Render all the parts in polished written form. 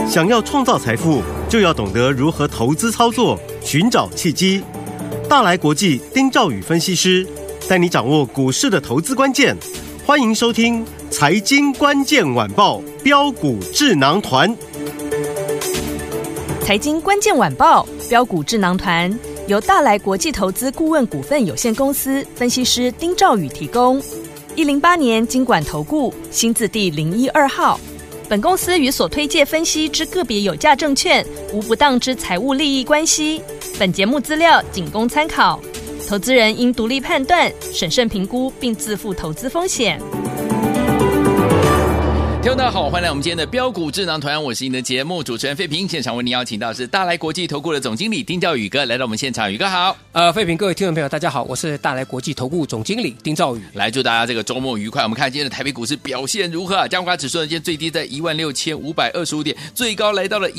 想要创造财富，就要懂得如何投资操作，寻找契机。大来国际丁兆宇分析师带你掌握股市的投资关键。欢迎收听《财经关键晚报标股智囊团》。 财经关键晚报标股智囊团由大来国际投资顾问股份有限公司分析师丁兆宇提供。108年金管投顾新字第012号。本公司与所推介分析之个别有价证券无不当之财务利益关系。本节目资料仅供参考，投资人应独立判断、审慎评估并自负投资风险。 听众大家好，欢迎来我们今天的标股智囊团，我是你的节目主持人费平。现场为您邀请到的是大来国际投顾的总经理丁兆宇哥来到我们现场，宇哥好。 费平，各位听众朋友大家好，我是大来国际投顾总经理丁兆宇。 来祝大家这个周末愉快。我们看今天的台北股市表现如何啊？加权指数呢，今天最低在16525点，最高来到了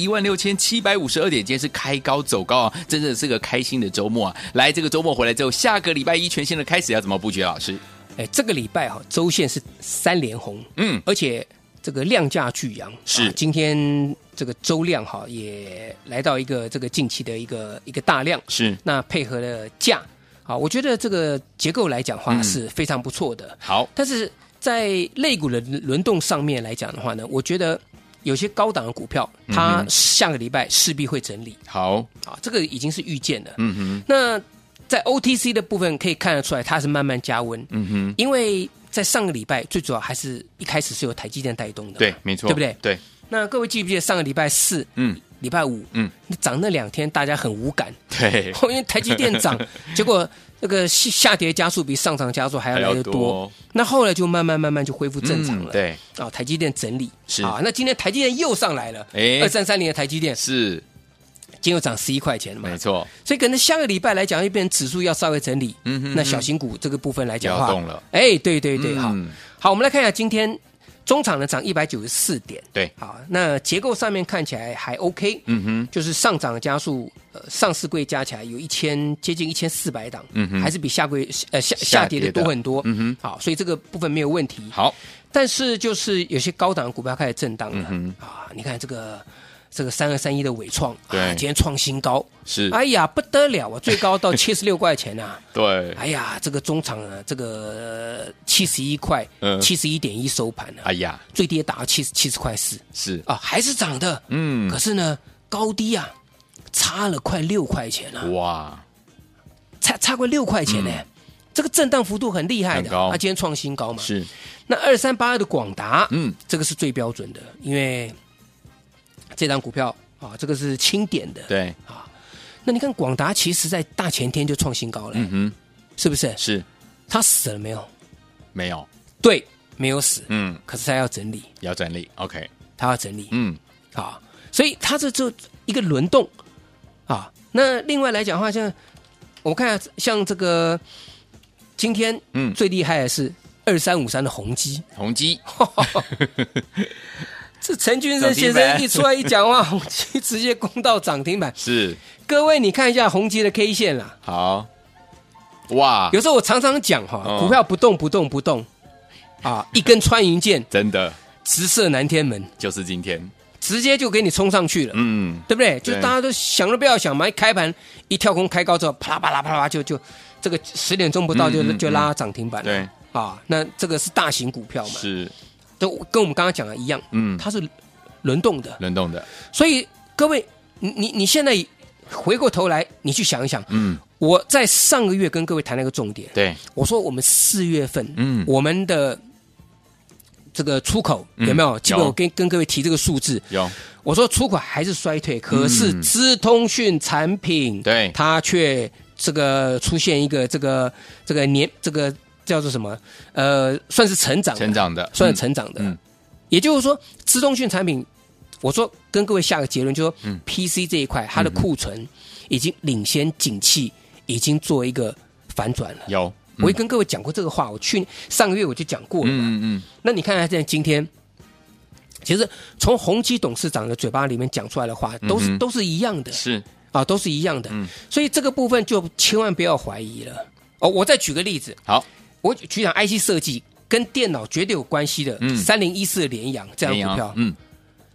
16752点，今天是开高走高啊，真的是个开心的周末啊。来，这个周末回来之后，下个礼拜一全新的开始要怎么布局？老师， 这个礼拜周线是3连红，而且这个量价俱扬， 是今天这个周量也来到一个这个近期的一个大量， 是那配合了价，我觉得这个结构来讲的话是非常不错的。 好， 但是在类股的轮动上面来讲的话呢，我觉得有些高档的股票，它下个礼拜势必会整理。 好， 这个已经是预见的。那在 OTC 的部分可以看得出来，它是慢慢加温。因为在上个礼拜最主要还是一开始是由台积电带动的， 对，没错， 对不对？ 对。 那各位记不记得上个礼拜4，礼拜5，涨那2天大家很无感， 对， 因为台积电涨，结果那个下跌加速比上涨加速还要来得多。那后来就慢慢就恢复正常了。 对， 台积电整理是那今天台积电又上来了，2330的台积电是。 今天又涨11块钱了嘛？ 没错， 所以可能下个礼拜来讲，会变成指数要稍微整理。那小型股这个部分来讲的话， 要动了。 对，好，我们来看一下今天中场呢涨194点， 对， 好，那结构上面看起来还 OK，就是上涨的加速，上市柜加起来有接近1400档，还是比下跌的多很多，好，所以这个部分没有问题。 好， 但是就是有些高档的股票开始震荡了，你看这个3231的伟创， 对， 今天创新高， 是， 哎呀不得了啊，最高到76块钱啊， 对， 哎呀，这个中场啊，这个71块，71.1收盘了， 哎呀， 最低打到70块4， 是啊，还是涨的，可是呢，高低啊，差了快6块钱了， 哇， 差快6块钱呢，这个震荡幅度很厉害的， 它今天创新高嘛， 是， 那2382的广达，这个是最标准的，因为这张股票这个是轻点的， 对那你看广达其实在大前天就创新高了，是不是？ 是， 它死了没有？没有， 对，没有死，可是它要整理 ，OK， 它要整理，所以它这就一个轮动那另外来讲的话，像我看像这个今天最厉害的是2353的宏基，这陈俊生先生一出来一讲话，宏基直接攻到涨停板。 是， 各位你看一下宏基的 K 线啦。 好，哇， 有时候我常常讲股票不动一根穿云箭， 真的直射南天门， 就是今天直接就给你冲上去了，对不对？就大家都想都不要想嘛，一开盘一跳空开高之后，啪啦啪啦啪啦就这个10点钟不到就拉涨停板了， 对那这个是大型股票嘛， 是。 都跟我们刚刚讲的一样，它是轮动的，所以各位，你现在回过头来，你去想一想，我在上个月跟各位谈了一个重点， 对， 我说我们4月份，我们的这个出口有没有？记得我跟各位提这个数字， 有， 我说出口还是衰退，可是资通讯产品， 对， 它却这个出现一个这个叫做什么？算是成长的，算是成长的。也就是说，资通讯产品，我说跟各位下个结论，就是说，PC 这一块它的库存已经领先景气，已经做一个反转了。 有， 我也跟各位讲过这个话，我上个月我就讲过了嘛。那你看看现在今天，其实从宏基董事长的嘴巴里面讲出来的话，都是一样的， 是都是一样的。所以这个部分就千万不要怀疑了。我再举个例子， 好。 我举讲 IC 设计跟电脑绝对有关系的3014的联阳这样股票，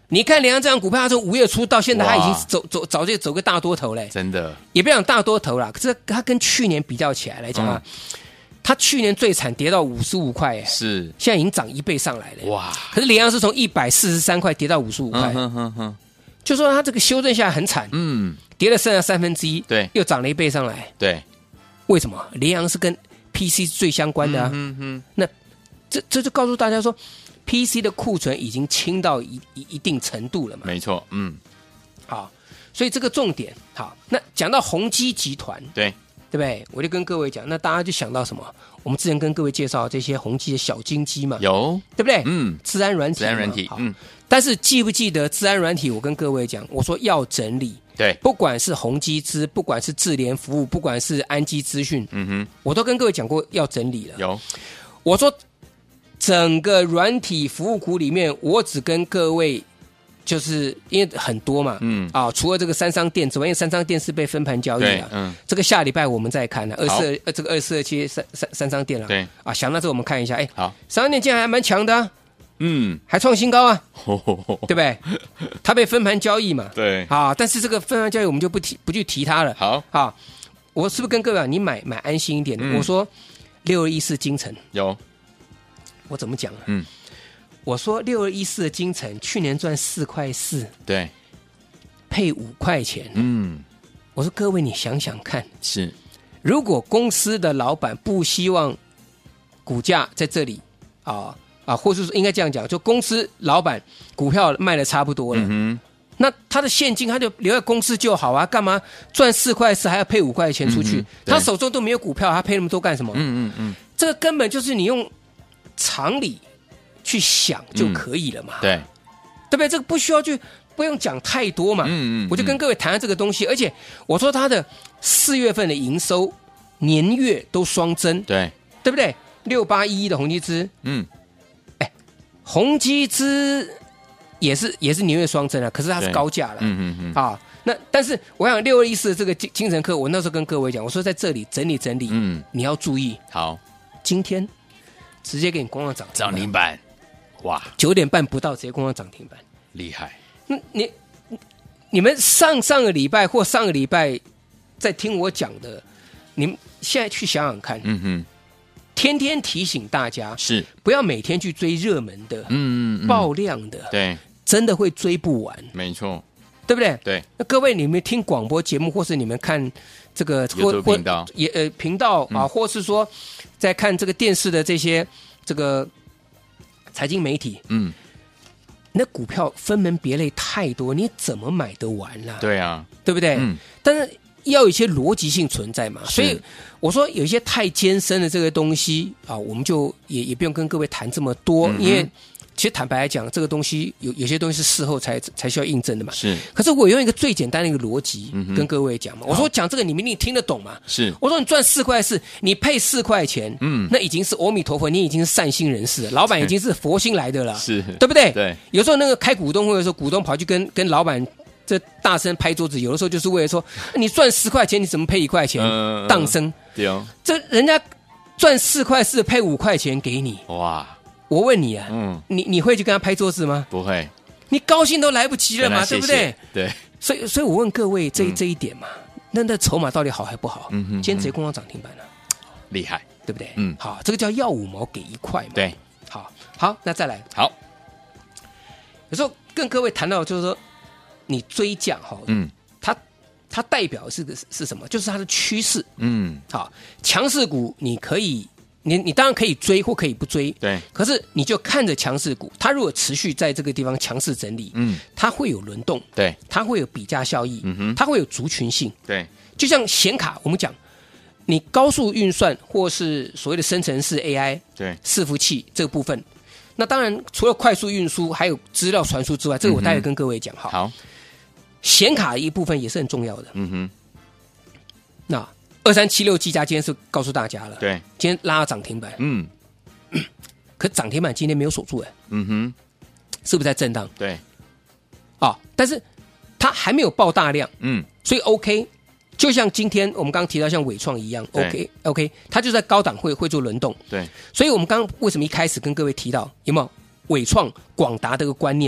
你看联阳这张股票，它从5月初到现在，它已经早就走个大多头嘞， 真的， 也不要讲大多头啦，可是它跟去年比较起来讲啊，它去年最惨跌到55块， 是， 现在已经涨1倍上来了， 哇！ 可是联阳是从143块跌到55块，就说它这个修正下来很惨，跌了剩下1/3， 对， 又涨了1倍上来， 对， 为什么？联阳是跟 PC 最相关的啊，那这就告诉大家说。PC 的库存已经清到一定程度了嘛？ 没错， 好，所以这个重点好。那讲到宏基集团， 对不对？我就跟各位讲，那大家就想到什么？我们之前跟各位介绍这些宏基的小金鸡嘛， 有对不对？资安软体，但是记不记得资安软体？我跟各位讲，我说要整理， 对， 不管是宏基资，不管是智联服务，不管是安基资讯，我都跟各位讲过要整理了。 有， 我说。整个软体服务股里面，我只跟各位，就是因为很多嘛，除了这个三商店之外，因为三商店是被分盘交易了，这个下礼拜我们再看了2427三商店了， 对啊，想到这我们看一下， 好， 三商店竟然还蛮强的啊，还创新高啊，对不对？它被分盘交易嘛， 对， 啊，但是这个分盘交易我们就不去提它了， 好， 啊，我是不是跟各位讲，你买安心一点的？我说6214精城有。 我怎么讲啊？我说6214的精城去年赚4.4块， 对， 配5块钱。我说各位你想想看， 是如果公司的老板不希望股价在这里或是说应该这样讲，就公司老板股票卖的差不多了，那他的现金他就留在公司就好啊，干嘛赚4.4块还要配5块钱出去？他手中都没有股票，他配那么多干什么？这个根本就是你用常理去想就可以了嘛， 对不对？这个不用讲太多嘛，我就跟各位谈谈这个东西，而且我说它的4月份的营收年月都双增， 对不对？6811的宏基资，宏基资也是年月双增啊，可是它是高价了，那但是我想6214的这个精神科，我那时候跟各位讲，我说在这里整理整理，你要注意， 好， 今天。直接给你攻上涨停板，哇 ！9点半不到直接攻上涨停板， 厉害！ 你们上个礼拜或上个礼拜在听我讲的，你们现在去想想看，天天提醒大家是不要每天去追热门的，爆量的， 对， 真的会追不完， 没错， 对不对？ 对。 那各位你们听广播节目，或是你们看这个频道频道啊，或是说。在看这个电视的这些这个财经媒体，那股票分门别类太多，你怎么买得完啦？ 对啊， 对不对？但是要有一些逻辑性存在嘛。所以我说有一些太艰深的这个东西啊，我们就也不用跟各位谈这么多，因为其实坦白来讲，这个东西有些东西是事后才需要印证的嘛。 是， 可是我用一个最简单的一个逻辑跟各位讲嘛。我说讲这个你们一定听得懂嘛。 是， 我说你赚4.4块，你配4块钱，那已经是阿弥陀佛，你已经是善心人士了，老板已经是佛心来的了， 是， 对不对？ 对。 有时候那个开股东会的时候，股东跑去跟老板这大声拍桌子，有的时候就是为了说你赚10块钱，你怎么配1块钱？当生， 对哦， 这人家赚4.4块配5块钱给你， 哇！ 我问你啊，你会去跟他拍桌子吗？ 不会， 你高兴都来不及了嘛，对不对？ 对， 所以我问各位这一点嘛，那筹码到底好还不好？今天直接攻上涨停板了， 厉害， 对不对？好，这个叫要5毛给1块嘛。 对， 好，那再来， 好， 有时候跟各位谈到就是说，你追价哈，它代表是什么？就是它的趋势，好，强势股你可以。你当然可以追或可以不追， 对。 可是你就看着强势股，它如果持续在这个地方强势整理，它会有轮动， 对， 它会有比价效益，它会有族群性， 对。 就像显卡，我们讲，你高速运算或是所谓的生成式 AI， 对， 伺服器这个部分，那当然除了快速运输，还有资料传输之外，这个我待会跟各位讲哈。 好， 显卡的一部分也是很重要的，那。2376技嘉今天是告诉大家了， 对， 今天拉到涨停板，可涨停板今天没有守住，是不是在震荡？ 对， 但是它还没有爆大量，所以 OK， 就像今天我们刚刚提到像伟创一样 ，OK， 它就在高档会做轮动， 对， 所以我们刚刚为什么一开始跟各位提到有没有伟创广达这个观念？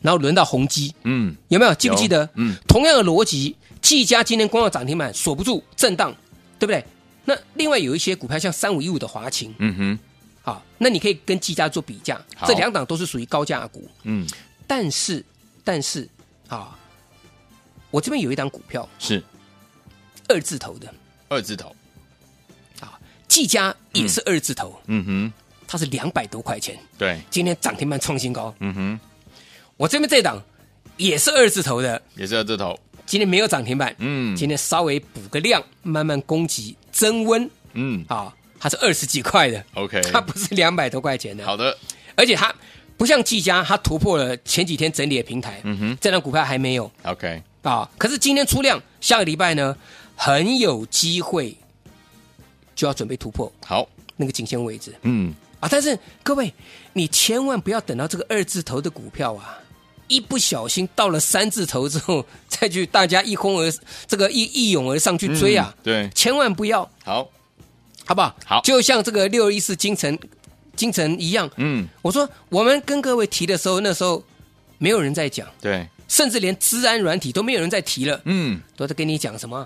然后轮到宏基，有没有记不记得？同样的逻辑，技嘉今天光要涨停板锁不住，震荡，对不对？那另外有一些股票像3515的华勤，好，那你可以跟技嘉做比价，这两档都是属于高价股，但是啊，我这边有一档股票是 2字头的 ，2字头， 啊，技嘉也是2字头，它是200多块钱， 对， 今天涨停板创新高，我这边这档也是2字头的， 也是2字头， 今天没有涨停板，今天稍微补个量，慢慢攻击增温，它是20几块的 ，OK， 它不是200多块钱的， 好的， 而且它不像技嘉，它突破了前几天整理的平台，这档股票还没有 ，OK， 可是今天出量，下个礼拜呢很有机会就要准备突破， 好， 那个颈线位置，但是各位，你千万不要等到这个2字头的股票啊，一不小心到了3字头之后，再去大家一涌而上去追啊， 对， 千万不要， 好不好？ 好， 就像这个6214京城一样，我说我们跟各位提的时候，那时候没有人在讲， 对， 甚至连资安软体都没有人在提了，都在跟你讲什么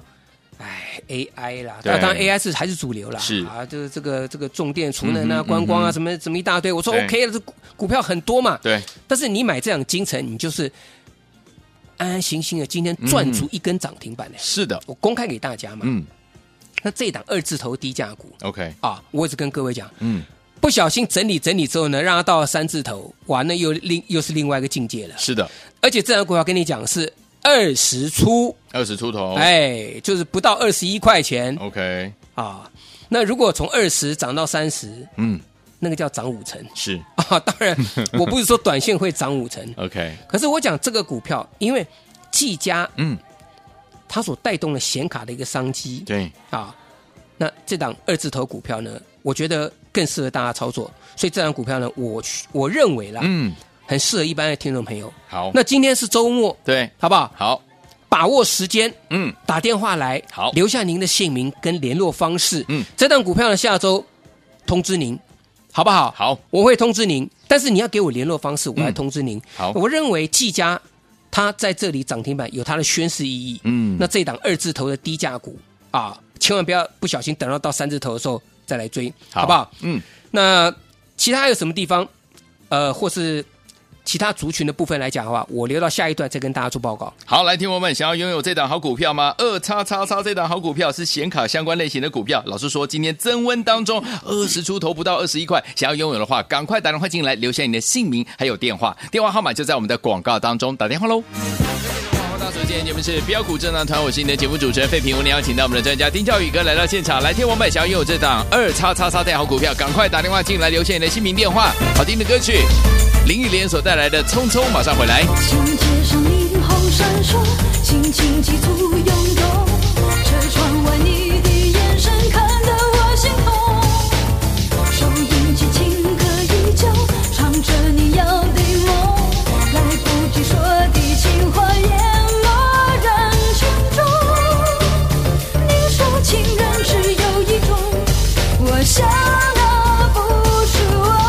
？AI 啦，当然 AI 还是主流啦， 是啊，就是这个重电、储能啊、观光啊，什么一大堆。我说 OK 了，这股票很多嘛， 对。 但是你买这样京城，你就是安安心心的，今天赚足一根涨停板的。 是的， 我公开给大家嘛。那这一档2字头低价股 ，OK 啊，我一直跟各位讲，不小心整理之后呢，让它到了3字头，哇，那又是另外一个境界了。 是的， 而且这档股票跟你讲是20出头， 就是不到21块钱 ，OK 啊。那如果从20涨到30，那个叫涨5成， 是啊。当然，我不是说短线会涨5成 ，OK。 可是我讲这个股票，因为技嘉，它所带动了显卡的一个商机， 对啊。那这档2字头股票呢，我觉得更适合大家操作，所以这档股票呢，我认为啦，很适合一般的听众朋友。 好， 那今天是周末， 对， 好不好？ 好， 把握时间，打电话来， 好， 留下您的姓名跟联络方式，这档股票呢，下周通知您，好不好？ 好， 我会通知您，但是你要给我联络方式，我来通知您。 好， 我认为技嘉它在这里涨停板有它的宣示意义，那这档2字头的低价股啊，千万不小心等到3字头的时候再来追，好不好？那其他还有什么地方，或是其他族群的部分来讲的话，我留到下一段再跟大家做报告。 好，来听我们想要拥有这档好股票吗？2XXX这档好股票是显卡相关类型的股票。老师说今天增温当中20出头不到21块，想要拥有的话，赶快打电话进来，留下你的姓名还有电话，电话号码就在我们的广告当中，打电话喽。大所见，你们是标股智囊团，我是你的节目主持人费平。我们邀请到我们的专家丁兆宇哥来到现场，来听我们想要拥有这档2XXX这档好股票，赶快打电话进来，留下你的姓名电话。好听的歌曲，林忆莲所带来的《匆匆》，马上回来。 情街上霓虹闪烁，轻轻急促涌动，车窗外你的眼神看得我心痛，收音机情歌依旧，唱着你要的梦，来不及说的情话淹没人群中，你说情人只有一种，我想那不是我。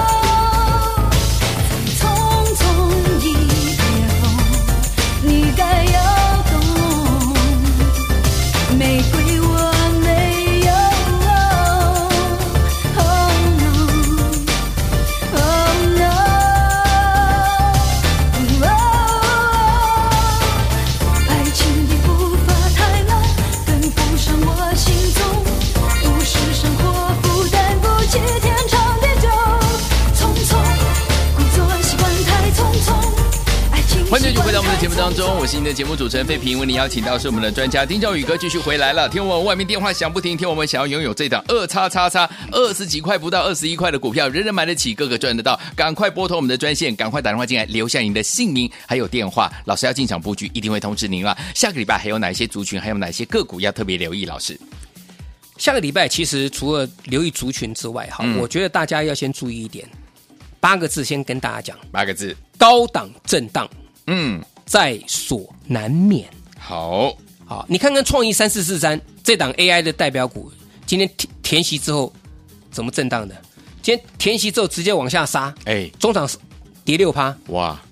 欢迎继续回到我们的节目当中，我是您的节目主持人费平，为您邀请到是我们的专家丁兆宇哥继续回来了。听我们外面电话响不停，听我们想要拥有这档2XXX20几块不到21块的股票，人人买得起，个个赚得到，赶快拨通我们的专线，赶快打电话进来，留下您的姓名还有电话，老师要进场布局一定会通知您了。下个礼拜还有哪些族群，还有哪些个股要特别留意？老师， 下个礼拜其实除了留意族群之外，我觉得大家要先注意一点，8个字先跟大家讲 ，8个字， 高档震荡。在所难免。 好， 你看看创意3443这档 AI 的代表股，今天填息之后怎么震荡的？今天填息之后直接往下杀，中场跌6%， 哇，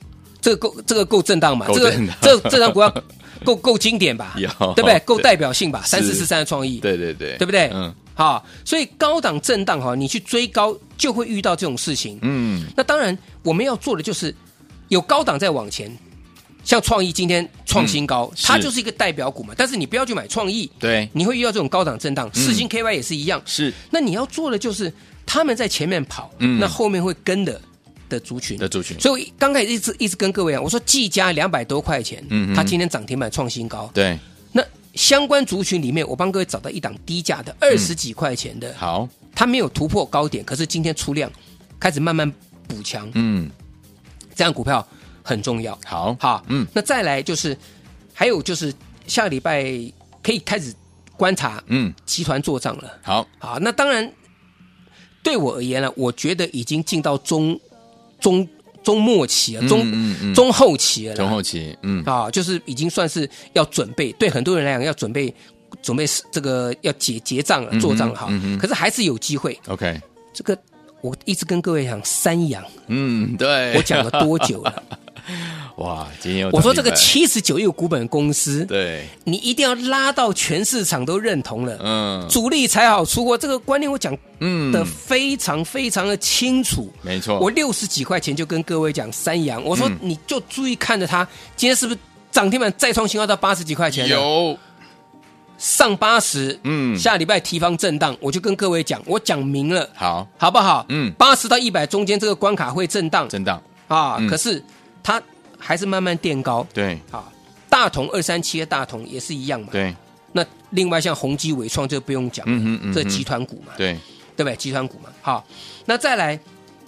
这个够震荡嘛？这张股票够经典吧？对不对？够代表性吧？3443的创意， 对， 对不对？好，所以高档震荡哈，你去追高就会遇到这种事情。那当然我们要做的就是有高档在往前。像创意今天创新高，它就是一个代表股嘛。但是你不要去买创意， 对， 你会遇到这种高档震荡。世芯 KY 也是一样， 是。那你要做的就是他们在前面跑，那后面会跟的族群。所以刚开始一直跟各位讲，我说技嘉200多块钱，它今天涨停板创新高， 对。 那相关族群里面，我帮各位找到一档低价的20几块钱的， 好， 它没有突破高点，可是今天出量开始慢慢补强，这样股票。很重要， 好， 那再来就是还有就是下个礼拜可以开始观察，集团做账了， 好， 那当然对我而言呢，我觉得已经进到中末期了，中后期了， 中后期， 就是已经算是要准备，对很多人来讲要准备这个要结账了，做账了哈，可是还是有机会 ，OK， 这个我一直跟各位讲三阳， 对， 我讲了多久了？ 哇，今天我说这个79亿股本公司， 对， 你一定要拉到全市场都认同了，主力才好出货。这个观念我讲的非常非常的清楚， 没错。 我60几块钱就跟各位讲三阳，我说你就注意看着它，今天是不是涨停板再创新高到80几块钱？ 有上80，下礼拜提防震荡，我就跟各位讲，我讲明了，好不好？80到100中间这个关卡会震荡可是它还是慢慢垫高， 对， 大同237的大同也是一样嘛， 对。 那另外像宏基伟创这不用讲了，这集团股嘛， 对不对？集团股嘛，好，那再来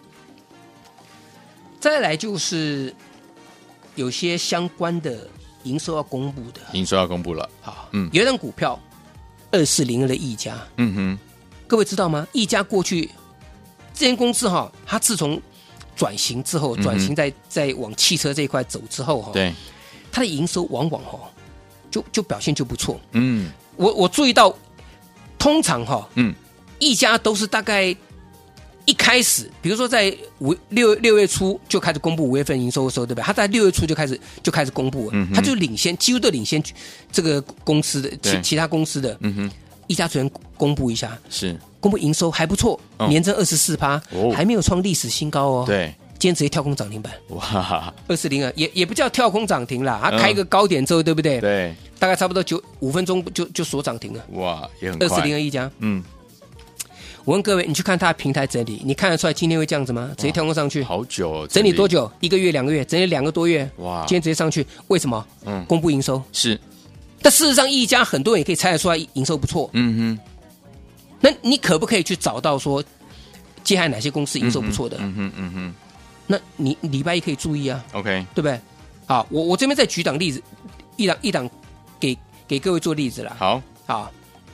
就是有些相关的营收要公布的， 营收要公布了， 好，有一档股票2402的亿嘉，各位知道吗？亿嘉过去这间公司它自从转型之后，转型在往汽车这一块走之后， 对， 它的营收往往就表现就不错。我注意到，通常一家都是大概一开始，比如说在六月初就开始公布5月份营收的时候，对不对？他在6月初就开始公布了，他就领先，几乎都领先这个公司的其他公司的。一家昨天公布一下， 是公布营收还不错，年增24%，还没有创历史新高哦。 对， 今天直接跳空涨停板， 哇 ，2402也不叫跳空涨停啦，它开一个高点之后，对不对？ 对， 大概差不多5分钟就锁涨停了。 哇，也很快。 2402一家，我问各位，你去看它的平台整理，你看得出来今天会这样子吗？直接跳空上去， 好久哦， 整理多久？1个月、2个月，整理2个多月。 哇， 今天直接上去，为什么？公布营收是。 但事实上，一家很多人也可以猜得出来营收不错。那你可不可以去找到说，接下来哪些公司营收不错的？那你礼拜一可以注意啊。 OK， 对不对？好，我这边再举档例子，一档给各位做例子啦。好，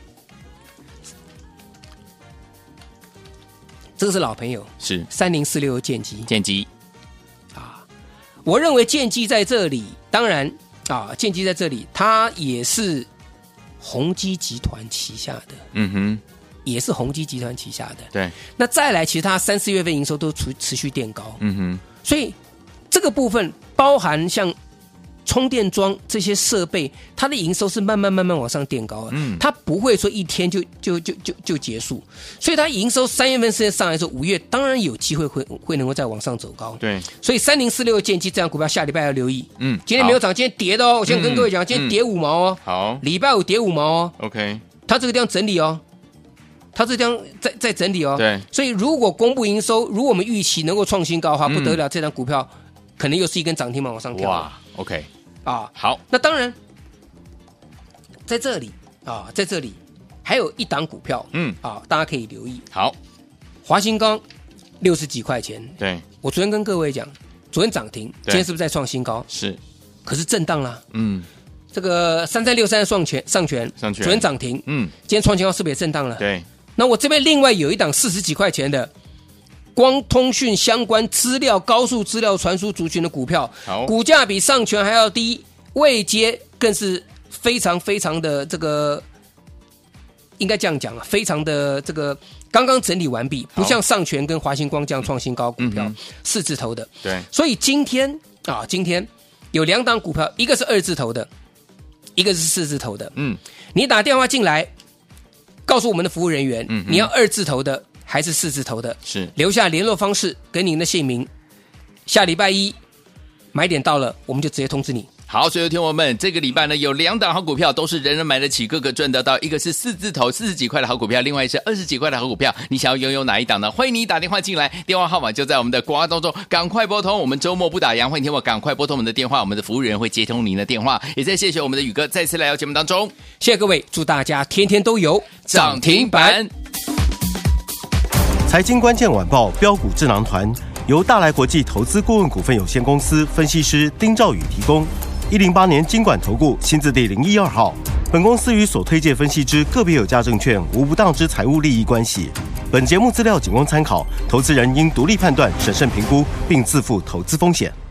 这个是老朋友， 是 3046的建基我认为建基在这里，当然建基在这里，它也是宏基集团旗下的，也是宏基集团旗下的。 对， 那再来，其实它3、4月份营收都持续垫高，所以这个部分包含像充电桩这些设备，它的营收是慢慢往上垫高的，它不会说一天就结束，所以它营收3月份时间上来的时候，5月当然有机会会能够再往上走高。 对， 所以3046建基这样股票下礼拜要留意。今天没有涨，今天跌的哦。我先跟各位讲，今天跌5毛哦。 好， 礼拜5跌5毛哦。 OK， 它这个地方整理哦，它这个地方在整理哦。 对， 所以如果公布营收，如果我们预期能够创新高的话，不得了，这张股票可能又是一根涨停板往上跳。 哇 ，OK。好， 那当然，在这里还有一档股票，大家可以留意。 好， 华新钢60几块钱， 对， 我昨天跟各位讲，昨天涨停，今天是不是在创新高？ 是， 可是震荡啦。这个3363上权，昨天涨停，今天创新高是不是也震荡了？ 对。 那我这边另外有一档40几块钱的。光通讯相关资料、高速资料传输族群的股票，股价比上权还要低，位阶更是非常非常的这个，应该这样讲啊，非常的这个刚刚整理完毕，不像上权跟华星光这样创新高股票，4字头的。 对， 所以今天啊，今天有2档股票，一个是2字头的，一个是4字头的。你打电话进来，告诉我们的服务人员，你要2字头的还是4字头的？ 是留下联络方式跟您的姓名。下礼拜一买点到了，我们就直接通知你。 好，所有听众们，这个礼拜呢有2档好股票，都是人人买得起，个个赚得到。一个是4字头40几块的好股票，另外是20几块的好股票。你想要拥有哪一档呢？欢迎你打电话进来，电话号码就在我们的广告当中，赶快拨通。我们周末不打烊，欢迎听我赶快拨通我们的电话，我们的服务人会接通您的电话。也再谢谢我们的宇哥再次来到节目当中， 谢谢各位，祝大家天天都有涨停板。 财经关键晚报标股智囊团由大来国际投资顾问股份有限公司分析师丁兆宇提供。108年金管投顾新字第012号。本公司与所推介分析之个别有价证券无不当之财务利益关系。本节目资料仅供参考，投资人应独立判断、审慎评估，并自负投资风险。